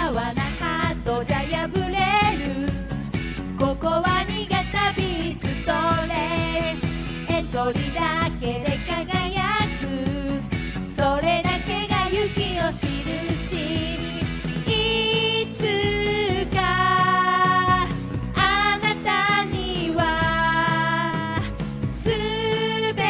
わなハートじゃ破れる。ここは新潟ビーストレス、エントリーだけで輝く、それだけが雪の印。いつかあなたにはすべ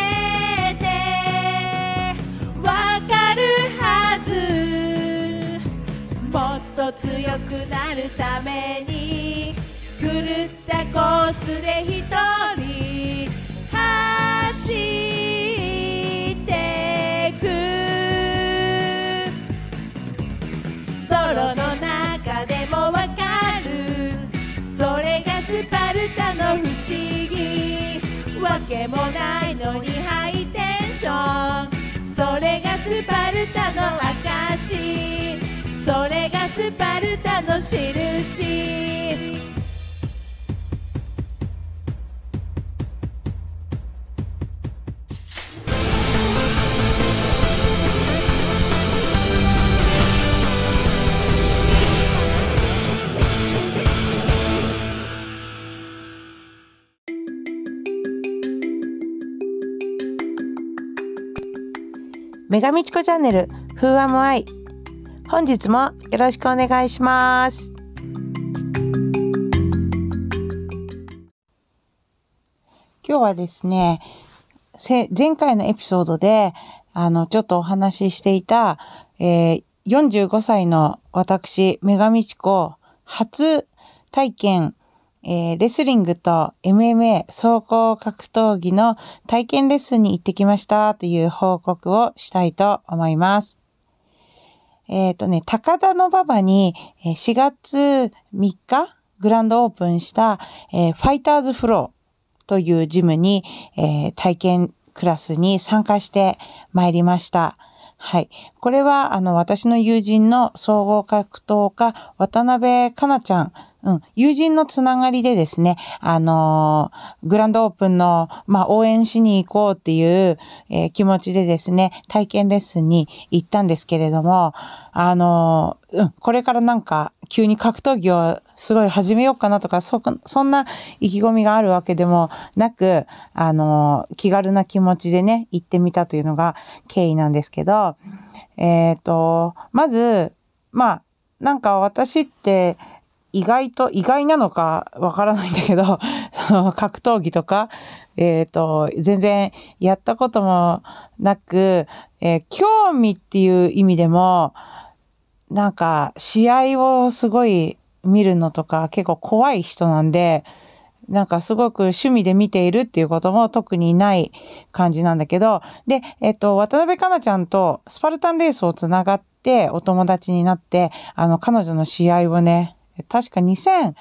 てわかるはず。もっと強くなるために狂ったコースで一人走ってく。泥の中でもわかる、それがスパルタの不思議。わけもないのにハイテンション、それがスパルタの証、それがスパルタの印。 メガミチコチャンネル Who am I？ 本日もよろしくお願いします。今日はですね、前回のエピソードでちょっとお話ししていた、45歳の私メガミチコ初体験、レスリングと MMA 総合格闘技の体験レッスンに行ってきましたという報告をしたいと思います。高田馬場に4月3日グランドオープンした、ファイターズフローというジムに、体験クラスに参加してまいりました。はい。これは、私の友人の総合格闘家、渡辺香奈ちゃん、友人のつながりでですね、グランドオープンの、応援しに行こうっていう、気持ちでですね、体験レッスンに行ったんですけれども、これからなんか、急に格闘技をすごい始めようかなとか、そんな意気込みがあるわけでもなく、気軽な気持ちでね、行ってみたというのが経緯なんですけど、まず、なんか私って意外なのかわからないんだけど、その格闘技とか、全然やったこともなく、興味っていう意味でも、なんか試合をすごい見るのとか結構怖い人なんで、なんかすごく趣味で見ているっていうことも特にない感じなんだけど、で、渡辺香奈ちゃんとスパルタンレースをつながってお友達になって、彼女の試合をね、確か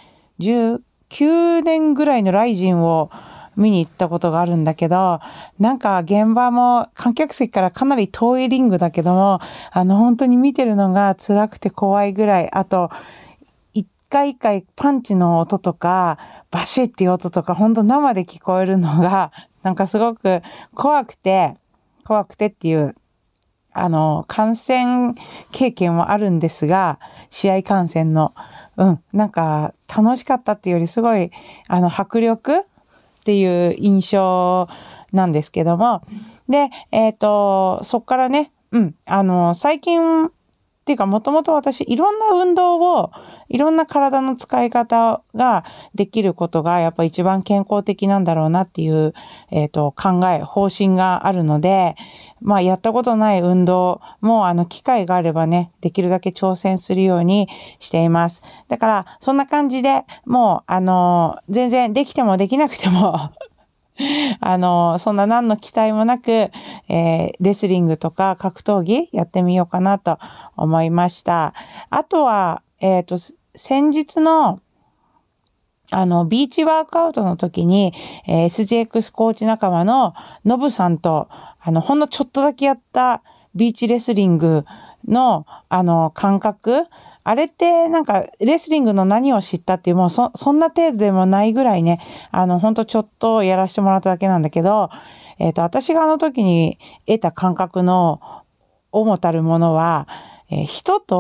2019年ぐらいのライジンを見に行ったことがあるんだけど、なんか現場も観客席からかなり遠いリングだけども、本当に見てるのが辛くて怖いぐらい、あと、一回一回パンチの音とか、バシッっていう音とか、本当生で聞こえるのが、なんかすごく怖くてっていう、観戦経験もあるんですが、試合観戦の、なんか楽しかったっていうよりすごい、迫力っていう印象なんですけども、で、そっからね、最近っていうかもともと私いろんな運動を、いろんな体の使い方ができることがやっぱ一番健康的なんだろうなっていう、方針があるので、やったことない運動も機会があればね、できるだけ挑戦するようにしています。だから、そんな感じでもう、全然できてもできなくても、そんな何の期待もなく、レスリングとか格闘技やってみようかなと思いました。あとは、先日のビーチワークアウトの時に、SGX コーチ仲間のノブさんと、ほんのちょっとだけやったビーチレスリングの、感覚、あれってなんかレスリングの何を知ったっていうもうそんな程度でもないぐらいね、ほんとちょっとやらせてもらっただけなんだけど、私が時に得た感覚の主たるものは、人と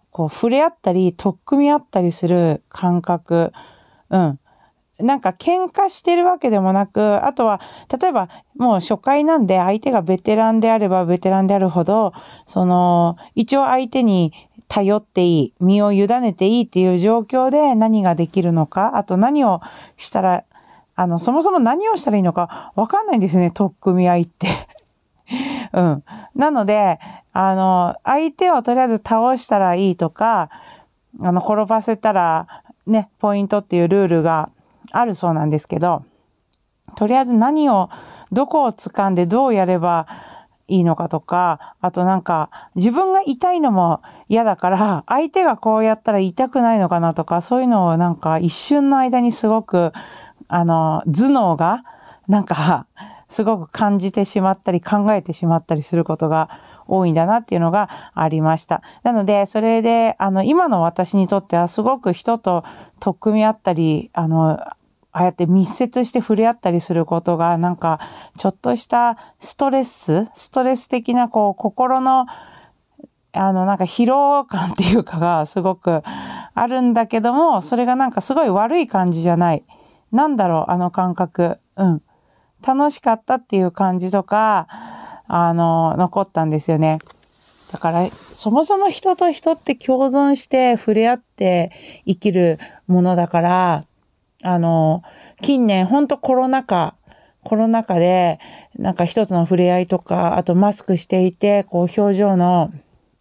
こう触れ合ったり、取っ組み合ったりする感覚。なんか喧嘩してるわけでもなく、あとは、例えばもう初回なんで相手がベテランであればベテランであるほど、一応相手に頼っていい、身を委ねていいっていう状況で何ができるのか、あと何をしたら、そもそも何をしたらいいのかわかんないんですよね、取っ組み合いって。なので、相手をとりあえず倒したらいいとか、転ばせたらね、ポイントっていうルールがあるそうなんですけど、とりあえずどこを掴んでどうやればいいのかとか、あとなんか自分が痛いのも嫌だから、相手がこうやったら痛くないのかなとか、そういうのをなんか一瞬の間にすごく、頭脳がなんかすごく感じてしまったり考えてしまったりすることが多いんだなっていうのがありました。なので、それで、今の私にとってはすごく人と取っ組み合ったり、ああやって密接して触れ合ったりすることが、なんか、ちょっとしたストレス的な、こう、心の、なんか疲労感っていうかがすごくあるんだけども、それがなんかすごい悪い感じじゃない。なんだろう、あの感覚。楽しかったっていう感じとか、残ったんですよね。だから、そもそも人と人って共存して触れ合って生きるものだから、近年ほんとコロナ禍で、なんか人との触れ合いとか、あとマスクしていて、こう表情の、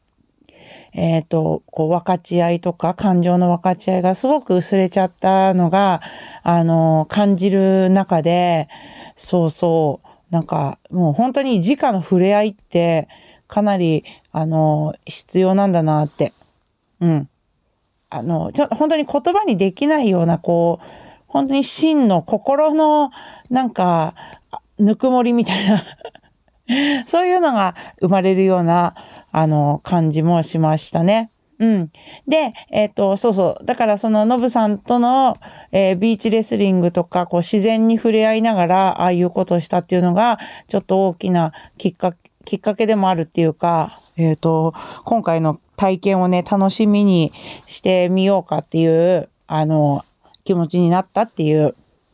こう分かち合いとか、感情の分かち合いがすごく薄れちゃったのが、感じる中で、なんかもう本当に直の触れ合いってかなり、必要なんだなって。本当に言葉にできないような、こう、本当に真の心の、なんか、ぬくもりみたいな、そういうのが生まれるような、感じもしましたね。で、だからノブさんとの、ビーチレスリングとか、こう自然に触れ合いながら、ああいうことをしたっていうのが、ちょっと大きなきっかけでもあるっていうか、今回の体験をね、楽しみにしてみようかっていう、気持ちになったっていう、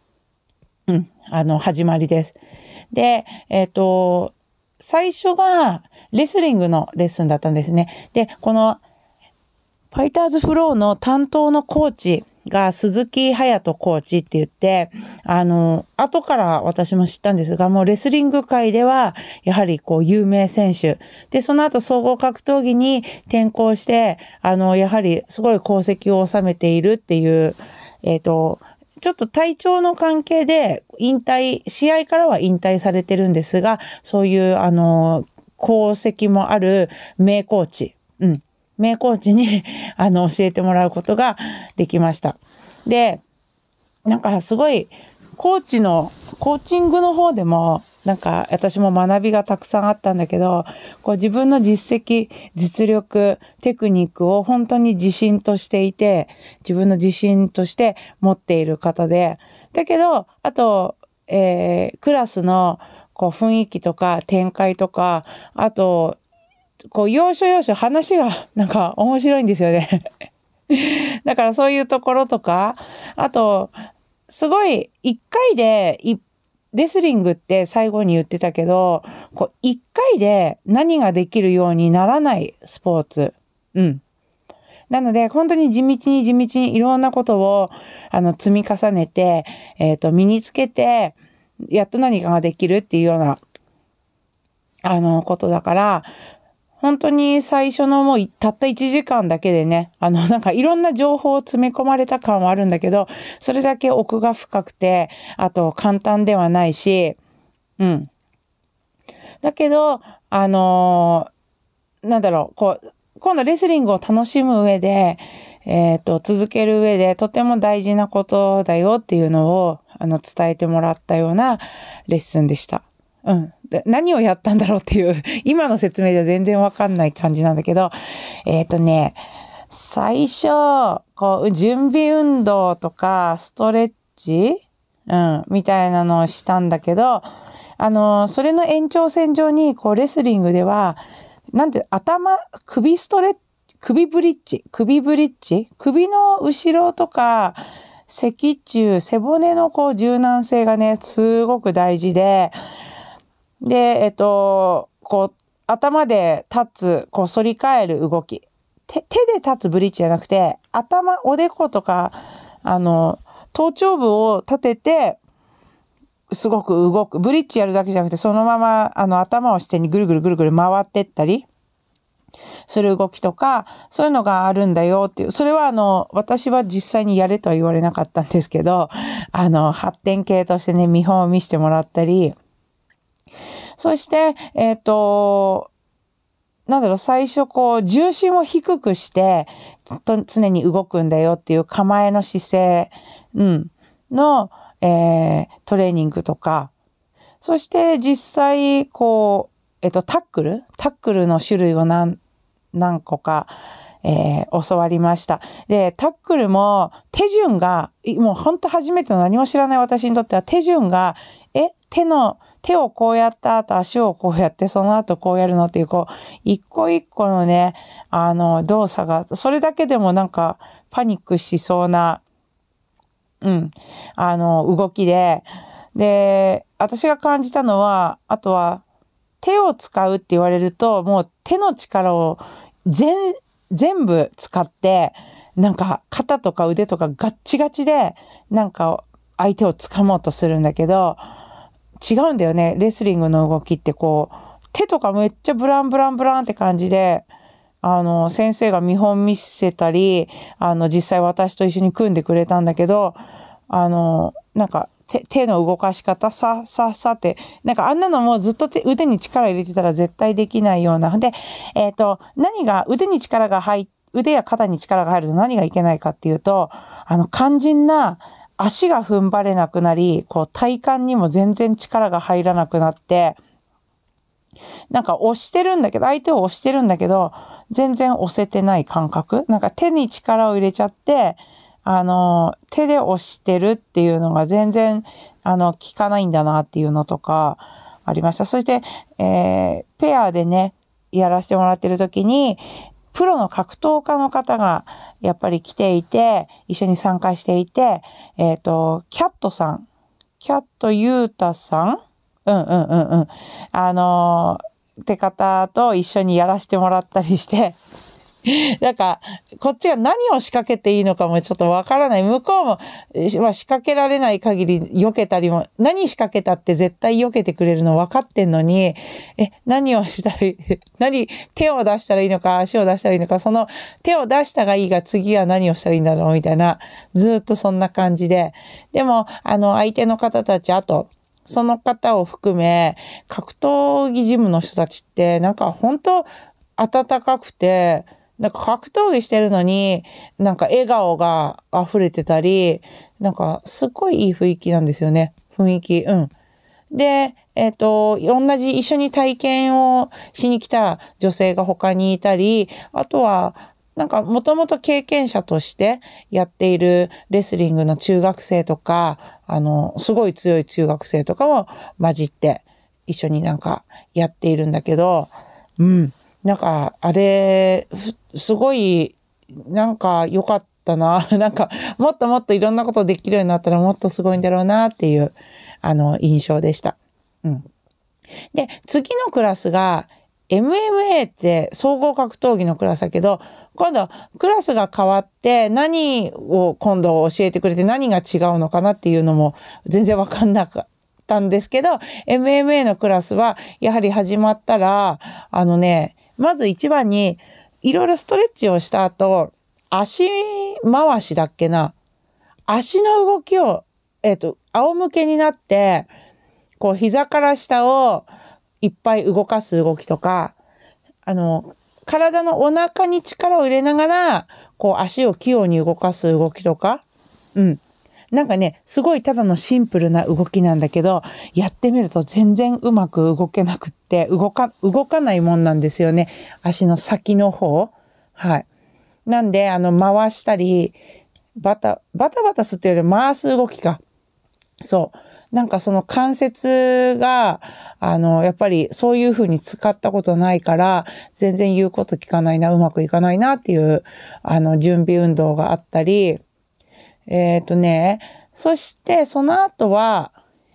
始まりです。で、最初がレスリングのレッスンだったんですね。で、このファイターズフローの担当のコーチが鈴木隼人コーチって言って、後から私も知ったんですが、もうレスリング界では、やはりこう有名選手。で、その後総合格闘技に転向して、やはりすごい功績を収めているっていう、ちょっと体調の関係で試合からは引退されてるんですが、そういう、功績もある名コーチ。名コーチに、教えてもらうことができました。で、なんかすごい、コーチングの方でも、なんか私も学びがたくさんあったんだけど、こう自分の実績、実力、テクニックを本当に自信としていて、自分の自信として持っている方で、だけど、あと、クラスのこう雰囲気とか展開とか、あと、こう要所要所話がなんか面白いんですよね。だからそういうところとか、あと、すごい一回でレスリングって最後に言ってたけど、こう一回で何ができるようにならないスポーツ。なので、本当に地道にいろんなことを積み重ねて、身につけて、やっと何かができるっていうような、ことだから、本当に最初のもうたった1時間だけでね、なんかいろんな情報を詰め込まれた感はあるんだけど、それだけ奥が深くて、あと簡単ではないし、だけど、なんだろう、こう、今度レスリングを楽しむ上で、続ける上でとても大事なことだよっていうのを、伝えてもらったようなレッスンでした。で何をやったんだろうっていう、今の説明では全然わかんない感じなんだけど、最初、こう、準備運動とか、ストレッチみたいなのをしたんだけど、それの延長線上に、こう、レスリングでは、首首ブリッジ、首の後ろとか、脊柱、背骨のこう柔軟性がね、すごく大事で、で、こう、頭で立つ、こう、反り返る動き。手で立つブリッジじゃなくて、おでことか、頭頂部を立てて、すごく動く。ブリッジやるだけじゃなくて、そのまま、頭を下にぐるぐる回ってったりする動きとか、そういうのがあるんだよっていう。それは私は実際にやれとは言われなかったんですけど、発展系としてね、見本を見せてもらったり、そして、最初重心を低くして、常に動くんだよっていう構えの姿勢、の、トレーニングとか、そして実際、タックルの種類を何個か、教わりました。で、タックルも手順が、もう本当初めての何も知らない私にとっては手順が、手をこうやった後、足をこうやって、その後こうやるのっていう、一個一個のね、動作が、それだけでもなんか、パニックしそうな、動きで、私が感じたのは、あとは、手を使うって言われると、もう手の力を全部使って、なんか肩とか腕とかガッチガチで、なんか相手を掴もうとするんだけど、違うんだよね。レスリングの動きって手とかめっちゃブランって感じで、先生が見本見せたり、実際私と一緒に組んでくれたんだけど、なんか手の動かし方、さって、なんかあんなのもずっと腕に力入れてたら絶対できないような。で、何が腕や肩に力が入ると何がいけないかっていうと、肝心な足が踏ん張れなくなり、体幹にも全然力が入らなくなって、なんか相手を押してるんだけど、全然押せてない感覚。なんか手に力を入れちゃって、手で押してるっていうのが全然、効かないんだなっていうのとかありました。そして、ペアでね、やらせてもらってる時に、プロの格闘家の方がやっぱり来ていて、一緒に参加していて、キャットユータさんって方と一緒にやらせてもらったりして、なんか、こっちが何を仕掛けていいのかもちょっとわからない。向こうも、仕掛けられない限り避けたりも、何仕掛けたって絶対避けてくれるの分かってんのに、何をしたらいい、手を出したらいいのか、足を出したらいいのか、その手を出したがいいが次は何をしたらいいんだろうみたいな、ずっとそんな感じで。でも、相手の方たち、あと、その方を含め、格闘技ジムの人たちって、なんか本当温かくて、なんか格闘技してるのに、なんか笑顔が溢れてたり、なんかすごいいい雰囲気なんですよね。雰囲気。で、一緒に体験をしに来た女性が他にいたり、あとは、なんかもともと経験者としてやっているレスリングの中学生とか、すごい強い中学生とかも混じって一緒になんかやっているんだけど、なんか、あれ、すごい、なんか良かったな。なんか、もっともっといろんなことできるようになったらもっとすごいんだろうなっていう、印象でした。で、次のクラスが、MMA って総合格闘技のクラスだけど、今度クラスが変わって何を今度教えてくれて何が違うのかなっていうのも全然わかんなかったんですけど、MMA のクラスはやはり始まったら、まず一番にいろいろストレッチをした後、足回しだっけな。足の動きを、仰向けになって、膝から下をいっぱい動かす動きとか、体のお腹に力を入れながら、足を器用に動かす動きとか、なんかね、すごいただのシンプルな動きなんだけど、やってみると全然うまく動けなくって、動かないもんなんですよね。足の先の方。はい。なんで、回したり、バタバタすっていうより回す動きか。そう。なんかその関節が、 やっぱりそういう風に使ったことないから、全然言うこと聞かないな、うまくいかないなっていう、準備運動があったり、そしてその後は、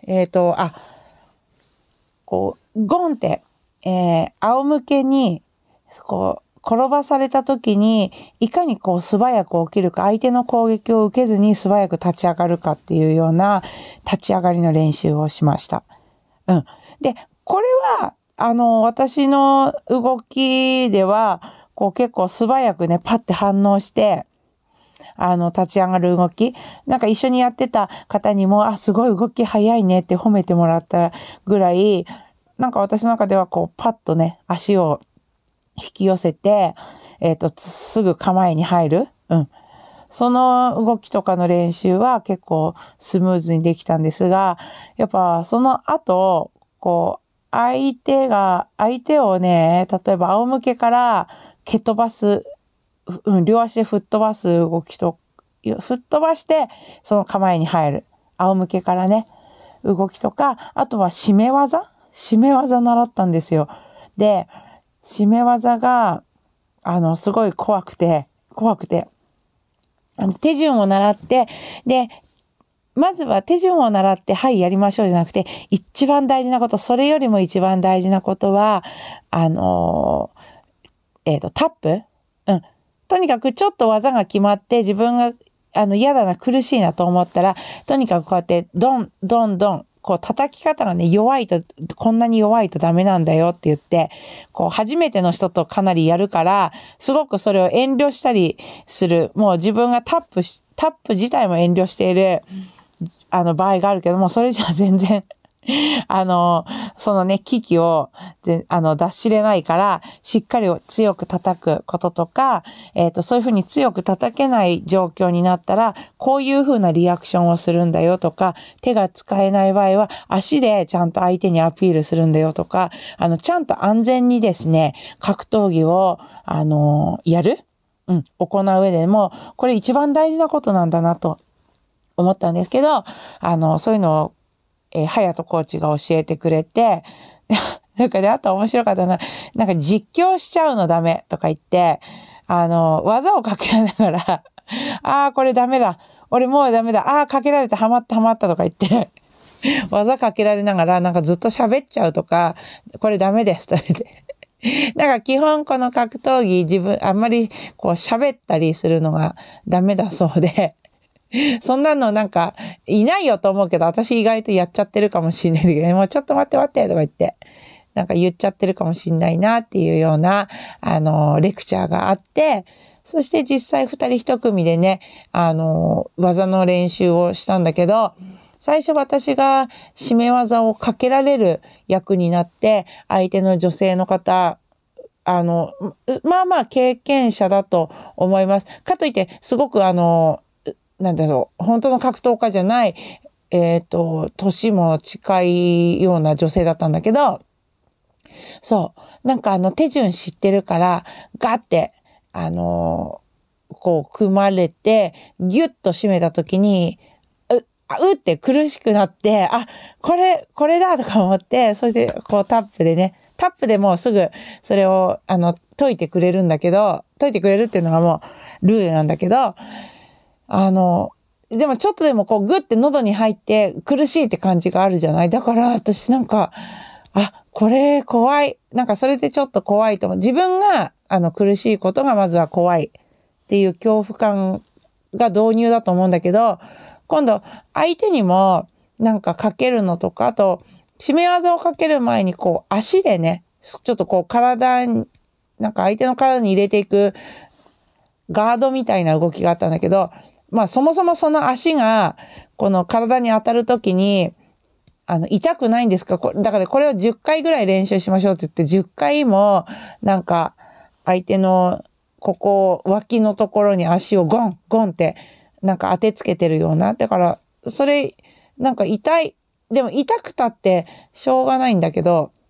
ゴンって、仰向けに、転ばされた時に、いかに素早く起きるか、相手の攻撃を受けずに素早く立ち上がるかっていうような立ち上がりの練習をしました。で、これは、私の動きでは、結構素早くね、パッて反応して、立ち上がる動き。なんか一緒にやってた方にも、すごい動き早いねって褒めてもらったぐらい、なんか私の中ではパッとね、足を引き寄せて、すぐ構えに入る。その動きとかの練習は結構スムーズにできたんですが、やっぱその後、相手をね、例えば仰向けから蹴飛ばす、両足で吹っ飛ばす動きと、吹っ飛ばしてその構えに入る。仰向けからね、動きとか、あとは締め技習ったんですよ。で、締め技が、すごい怖くて、手順を習って、で、まずは手順を習って、はい、やりましょうじゃなくて、一番大事なこと、それよりも一番大事なことは、タップ？とにかくちょっと技が決まって、自分が、嫌だな、苦しいなと思ったら、とにかくこうやって、ドン、ドン、ドン、叩き方がね、こんなに弱いとダメなんだよって言って、初めての人とかなりやるから、すごくそれを遠慮したりする。もう自分がタップ自体も遠慮している、場合があるけども、それじゃ全然、そのね、危機を、出しれないから、しっかり強く叩くこととか、そういうふうに強く叩けない状況になったら、こういうふうなリアクションをするんだよとか、手が使えない場合は、足でちゃんと相手にアピールするんだよとか、ちゃんと安全にですね、格闘技を、やる？行う上でも、これ一番大事なことなんだなと思ったんですけど、そういうのを、隼人コーチが教えてくれて、なんかね、あと面白かったな、なんか実況しちゃうのダメとか言って、技をかけられながら、これダメだ。俺もうダメだ。かけられてはまったとか言って、技かけられながらなんかずっと喋っちゃうとか、これダメですと言って。なんか基本この格闘技あんまり喋ったりするのがダメだそうで、そんなのなんかいないよと思うけど、私意外とやっちゃってるかもしれないけど、もうちょっと待ってとか言って、なんか言っちゃってるかもしれないなっていうような、レクチャーがあって、そして実際二人一組でね、技の練習をしたんだけど、最初私が締め技をかけられる役になって、相手の女性の方、まあまあ経験者だと思います。かといって、すごくなんだろう、本当の格闘家じゃない、年も近いような女性だったんだけど、そう、なんか手順知ってるから、ガって、組まれて、ギュッと締めた時に、って苦しくなって、これだとか思って、そしてタップでね、タップでもうすぐそれを解いてくれるんだけど、解いてくれるっていうのがもうルールなんだけど、でもちょっとでもグッて喉に入って苦しいって感じがあるじゃない。だから私なんか、これ怖い。なんかそれでちょっと怖いと思う。自分が苦しいことがまずは怖いっていう恐怖感が導入だと思うんだけど、今度相手にもなんかかけるのとか、あと締め技をかける前に足でね、ちょっと体に、なんか相手の体に入れていくガードみたいな動きがあったんだけど、まあそもそもその足がこの体に当たるときに痛くないんですか？だからこれを10回ぐらい練習しましょうって言って10回もなんか相手の脇のところに足をゴンゴンってなんか当てつけてるような。だからそれなんかでも痛くたってしょうがないんだけど、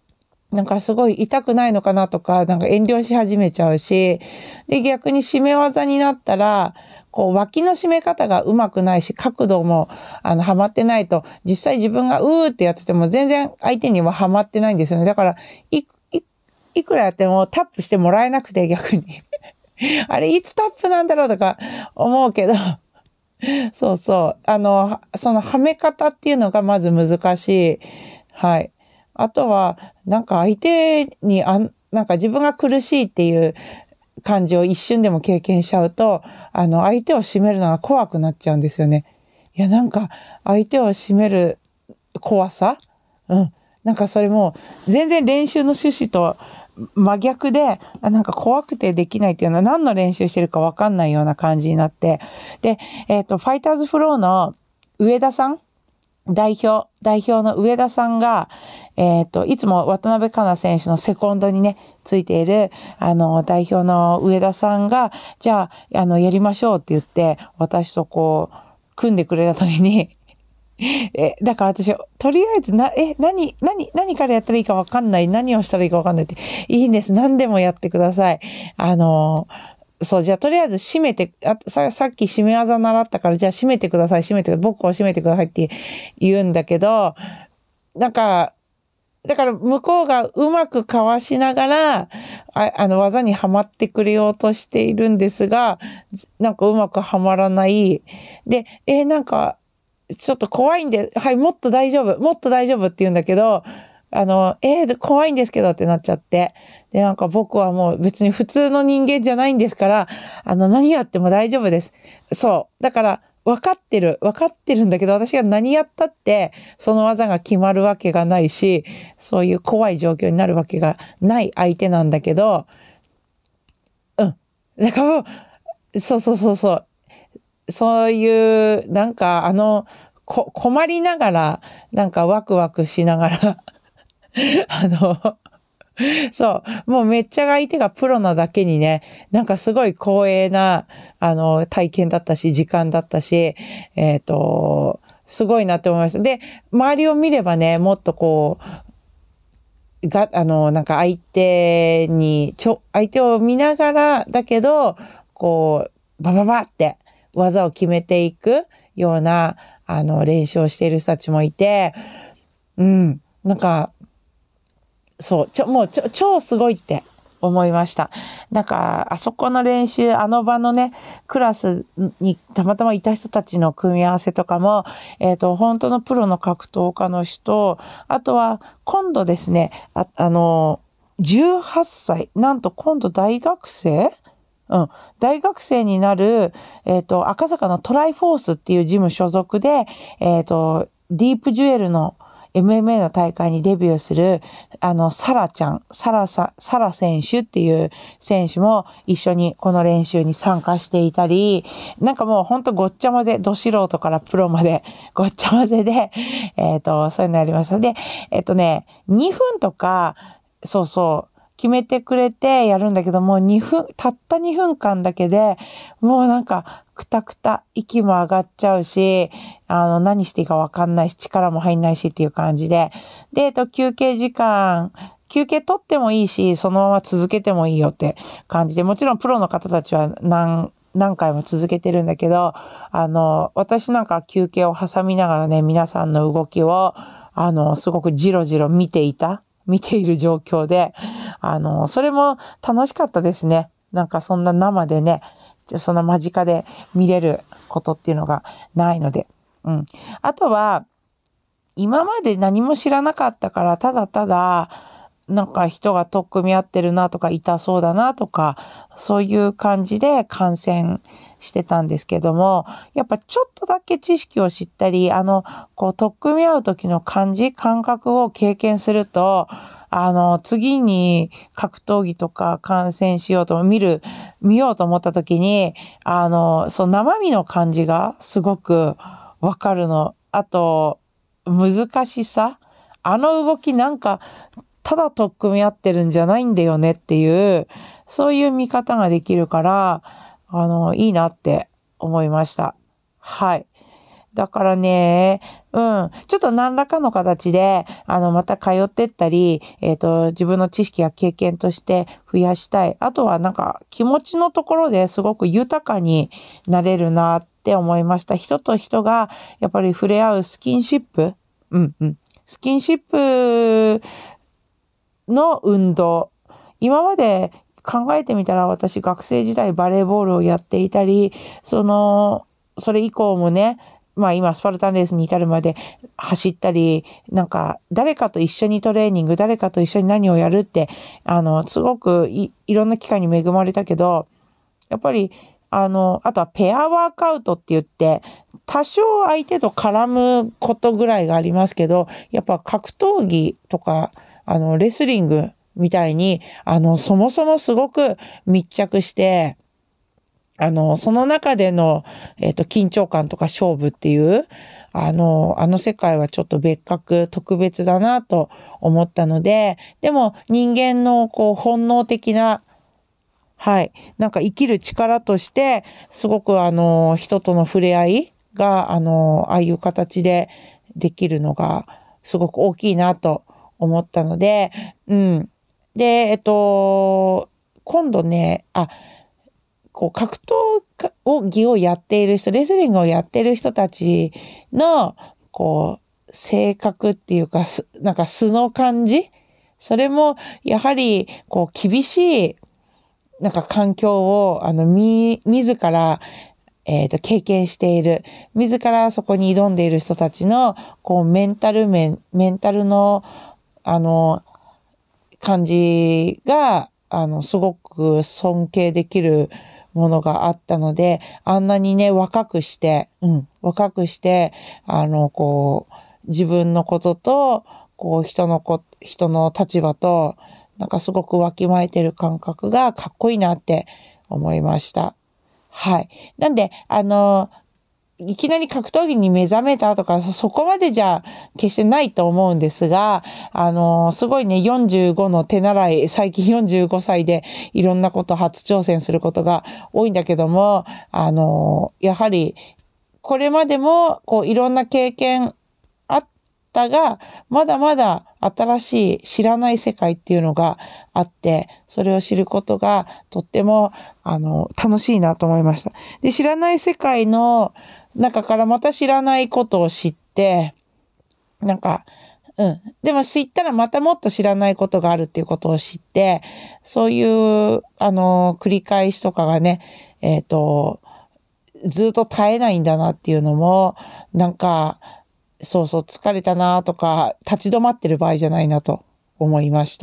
なんかすごい痛くないのかなとか、なんか遠慮し始めちゃうし、で、逆に締め技になったら、こう、脇の締め方がうまくないし、角度も、はまってないと、実際自分がうーってやってても全然相手にははまってないんですよね。だから、いくらやってもタップしてもらえなくて逆に。あれ、いつタップなんだろうとか思うけど、そうそう。そのはめ方っていうのがまず難しい。はい。あとは、なんか相手になんか自分が苦しいっていう感じを一瞬でも経験しちゃうと、相手を締めるのが怖くなっちゃうんですよね。いや、なんか、相手を締める怖さ、うん。なんかそれも、全然練習の趣旨と真逆で、なんか怖くてできないっていうのは何の練習してるかわかんないような感じになって。で、ファイターズフローの上田さん、代表の上田さんが、いつも渡辺香奈選手のセコンドにね、ついている、代表の上田さんが、じゃあ、やりましょうって言って、私とこう、組んでくれた時に、だから私、とりあえず何からやったらいいかわかんない。何をしたらいいかわかんないって。いいんです。何でもやってください。そう、じゃあとりあえず締めて、さっき締め技習ったから、じゃあ締めてください、僕を締めてくださいって言うんだけど、なんか、だから向こうがうまくかわしながら、技にはまってくれようとしているんですが、なんかうまくはまらない。で、なんか、ちょっと怖いんで、はい、もっと大丈夫って言うんだけど、怖いんですけどってなっちゃって。で、なんか僕はもう別に普通の人間じゃないんですから、何やっても大丈夫です。そう。だから、分かってるんだけど、私が何やったって、その技が決まるわけがないし、そういう怖い状況になるわけがない相手なんだけど、うん。だからもう、そういう、なんか困りながら、なんかワクワクしながらあの、そう、もうめっちゃ相手がプロなだけにね、なんかすごい光栄な、体験だったし、時間だったし、すごいなって思いました。で、周りを見ればね、もっとこう、なんか相手を見ながら、だけど、こう、バババって技を決めていくような、練習をしている人たちもいて、うん、なんか、そう、もう超すごいって思いました。なんか、あそこの練習、あの場のね、クラスにたまたまいた人たちの組み合わせとかも、本当のプロの格闘家の人、あとは、今度ですね、18歳、なんと今度大学生大学生になる、赤坂のトライフォースっていうジム所属で、ディープジュエルのMMA の大会にデビューする、サラ選手っていう選手も一緒にこの練習に参加していたり、なんかもうほんとごっちゃ混ぜ、ど素人からプロまでごっちゃ混ぜで、そういうのやりました。で、2分とか、そうそう、決めてくれてやるんだけども、たった2分間だけで、もうなんか、くたくた、息も上がっちゃうし、何していいかわかんないし、力も入んないしっていう感じで。で、休憩取ってもいいし、そのまま続けてもいいよって感じで、もちろんプロの方たちは何回も続けてるんだけど、私なんか休憩を挟みながらね、皆さんの動きを、すごくじろじろ見ている状況で、それも楽しかったですね。なんかそんな生でね、そんな間近で見れることっていうのがないので。うん。あとは、今まで何も知らなかったから、ただただ、なんか人が取っ組み合ってるなとか、痛そうだなとか、そういう感じで観戦してたんですけども、やっぱちょっとだけ知識を知ったり、こう、取っ組み合う時の感覚を経験すると、次に格闘技とか観戦しようと見ようと思った時に、生身の感じがすごくわかるの。あと、難しさ。動きなんか、ただ取っ組み合ってるんじゃないんだよねっていう、そういう見方ができるから、いいなって思いました。はい。 だからね、ちょっと何らかの形で、また通ってったり、自分の知識や経験として増やしたい。あとはなんか気持ちのところですごく豊かになれるなって思いました。人と人がやっぱり触れ合うスキンシップ。スキンシップの運動。今まで考えてみたら私学生時代バレーボールをやっていたり、それ以降もね、今スパルタンレースに至るまで走ったり、なんか誰かと一緒にトレーニング、誰かと一緒に何をやるって、すごくいろんな機会に恵まれたけど、やっぱり、あとはペアワークアウトって言って、多少相手と絡むことぐらいがありますけど、やっぱ格闘技とか、レスリングみたいに、そもそもすごく密着して、その中での、緊張感とか勝負っていう、あの世界はちょっと別格、特別だなと思ったので、でも人間のこう本能的な、なんか生きる力として、すごく人との触れ合いが、ああいう形でできるのが、すごく大きいなと思ったので、で、今度ね、格闘技をやっている人、レスリングをやっている人たちの、性格っていうか、なんか素の感じ、それも、やはり、厳しい、なんか環境を、自ら、経験している、自らそこに挑んでいる人たちの、メンタルの、感じが、すごく尊敬できるものがあったので、あんなにね、若くして、自分のことと、人の立場と、なんかすごくわきまえてる感覚がかっこいいなって思いました。なんで、いきなり格闘技に目覚めたとか、そこまでじゃ決してないと思うんですが、すごいね、45の手習い、最近45歳でいろんなこと初挑戦することが多いんだけども、やはり、これまでも、いろんな経験あったが、まだまだ新しい知らない世界っていうのがあって、それを知ることがとっても、楽しいなと思いました。で、知らない世界の中からまた知らないことを知って、なんか、でも知ったらまたもっと知らないことがあるっていうことを知って、そういう、繰り返しとかがね、ずっと絶えないんだなっていうのも、なんか、疲れたなとか、立ち止まってる場合じゃないなと思いました。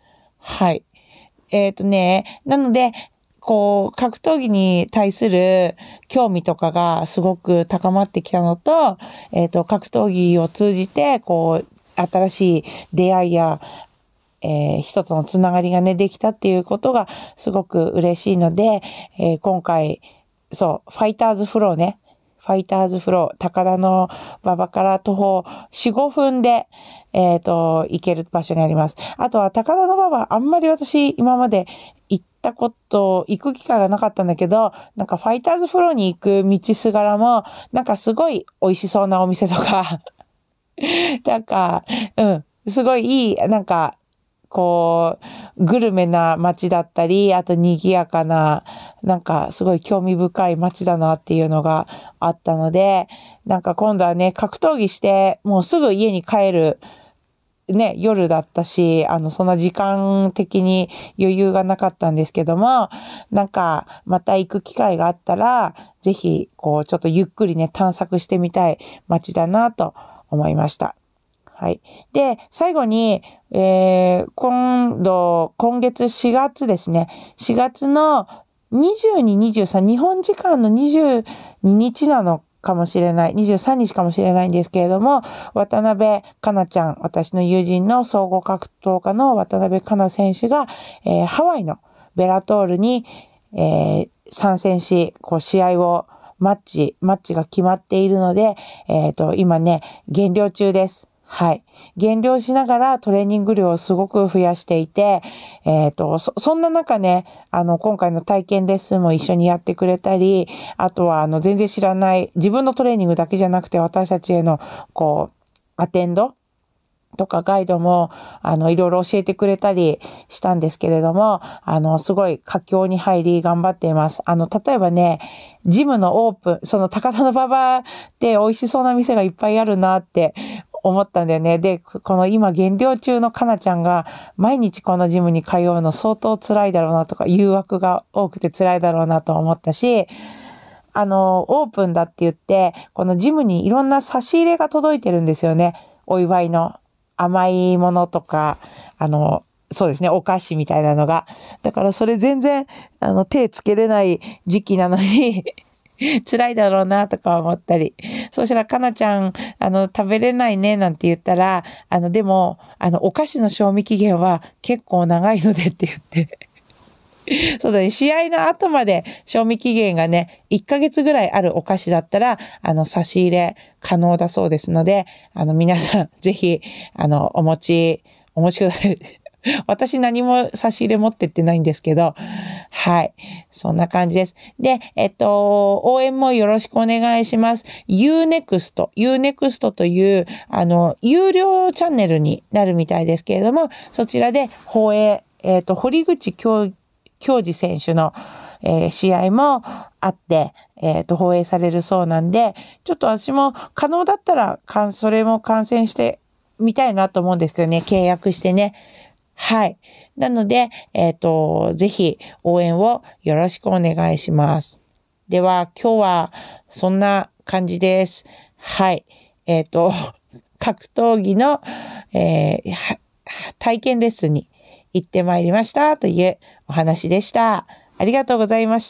なので、格闘技に対する興味とかがすごく高まってきたのと、格闘技を通じて、新しい出会いや、人とのつながりがね、できたっていうことがすごく嬉しいので、今回、ファイターズフロー、高田の馬場から徒歩4、5分で、行ける場所にあります。あとは高田の馬場、あんまり私今まで行く機会がなかったんだけど、なんかファイターズフローに行く道すがらも、なんかすごい美味しそうなお店とか、なんか、すごいいい、なんか、グルメな街だったり、あと賑やかな、なんかすごい興味深い街だなっていうのがあったので、なんか今度はね、格闘技して、もうすぐ家に帰る、ね、夜だったし、そんな時間的に余裕がなかったんですけども、なんか、また行く機会があったら、ぜひ、ちょっとゆっくりね、探索してみたい街だなと思いました。で、最後に、今月4月ですね。4月の22、23、日本時間の22日なのかもしれない、23日かもしれないんですけれども、渡辺香奈ちゃん、私の友人の総合格闘家の渡辺香奈選手が、ハワイのベラトールに、参戦し、試合をマッチが決まっているので、今ね、減量中です。 はい。減量しながらトレーニング量をすごく増やしていて、そんな中ね、今回の体験レッスンも一緒にやってくれたり、あとは、全然知らない、自分のトレーニングだけじゃなくて、私たちへの、アテンドとかガイドも、いろいろ教えてくれたりしたんですけれども、すごい佳境に入り頑張っています。例えばね、ジムのオープン、その高田馬場って美味しそうな店がいっぱいあるなって思ったんだよね。で、この今減量中のかなちゃんが毎日このジムに通うの相当辛いだろうなとか、誘惑が多くて辛いだろうなと思ったし、オープンだって言って、このジムにいろんな差し入れが届いてるんですよね。お祝いの甘いものとか、そうですね、お菓子みたいなのが。だからそれ全然、手つけれない時期なのに、辛いだろうなとか思ったり。そしたら、かなちゃん、食べれないねなんて言ったら、でも、お菓子の賞味期限は結構長いのでって言って。そうだね、試合の後まで賞味期限がね、1ヶ月ぐらいあるお菓子だったら、差し入れ可能だそうですので、皆さん、ぜひ、お持ちください。私何も差し入れ持ってってないんですけど、はい。そんな感じです。で、応援もよろしくお願いします。Unext という、有料チャンネルになるみたいですけれども、そちらで放映、堀口恭司選手の、試合もあって、放映されるそうなんで、ちょっと私も可能だったら、それも観戦してみたいなと思うんですけどね、契約してね。はい。なので、ぜひ応援をよろしくお願いします。では、今日はそんな感じです。はい。格闘技の、体験レッスンに行ってまいりましたというお話でした。ありがとうございました。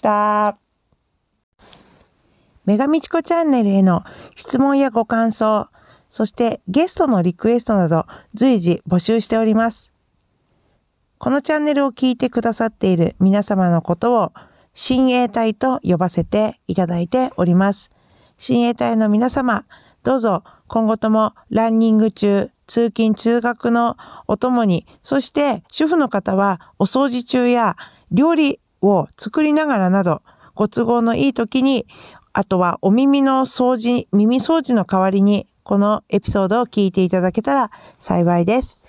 女神チコチャンネルへの質問やご感想、そしてゲストのリクエストなど随時募集しております。このチャンネルを聞いてくださっている皆様のことを親衛隊と呼ばせていただいております。親衛隊の皆様、どうぞ今後ともランニング中、通勤通学のお供に、そして主婦の方はお掃除中や料理を作りながらなど、ご都合のいい時に、あとはお耳掃除の代わりにこのエピソードを聞いていただけたら幸いです。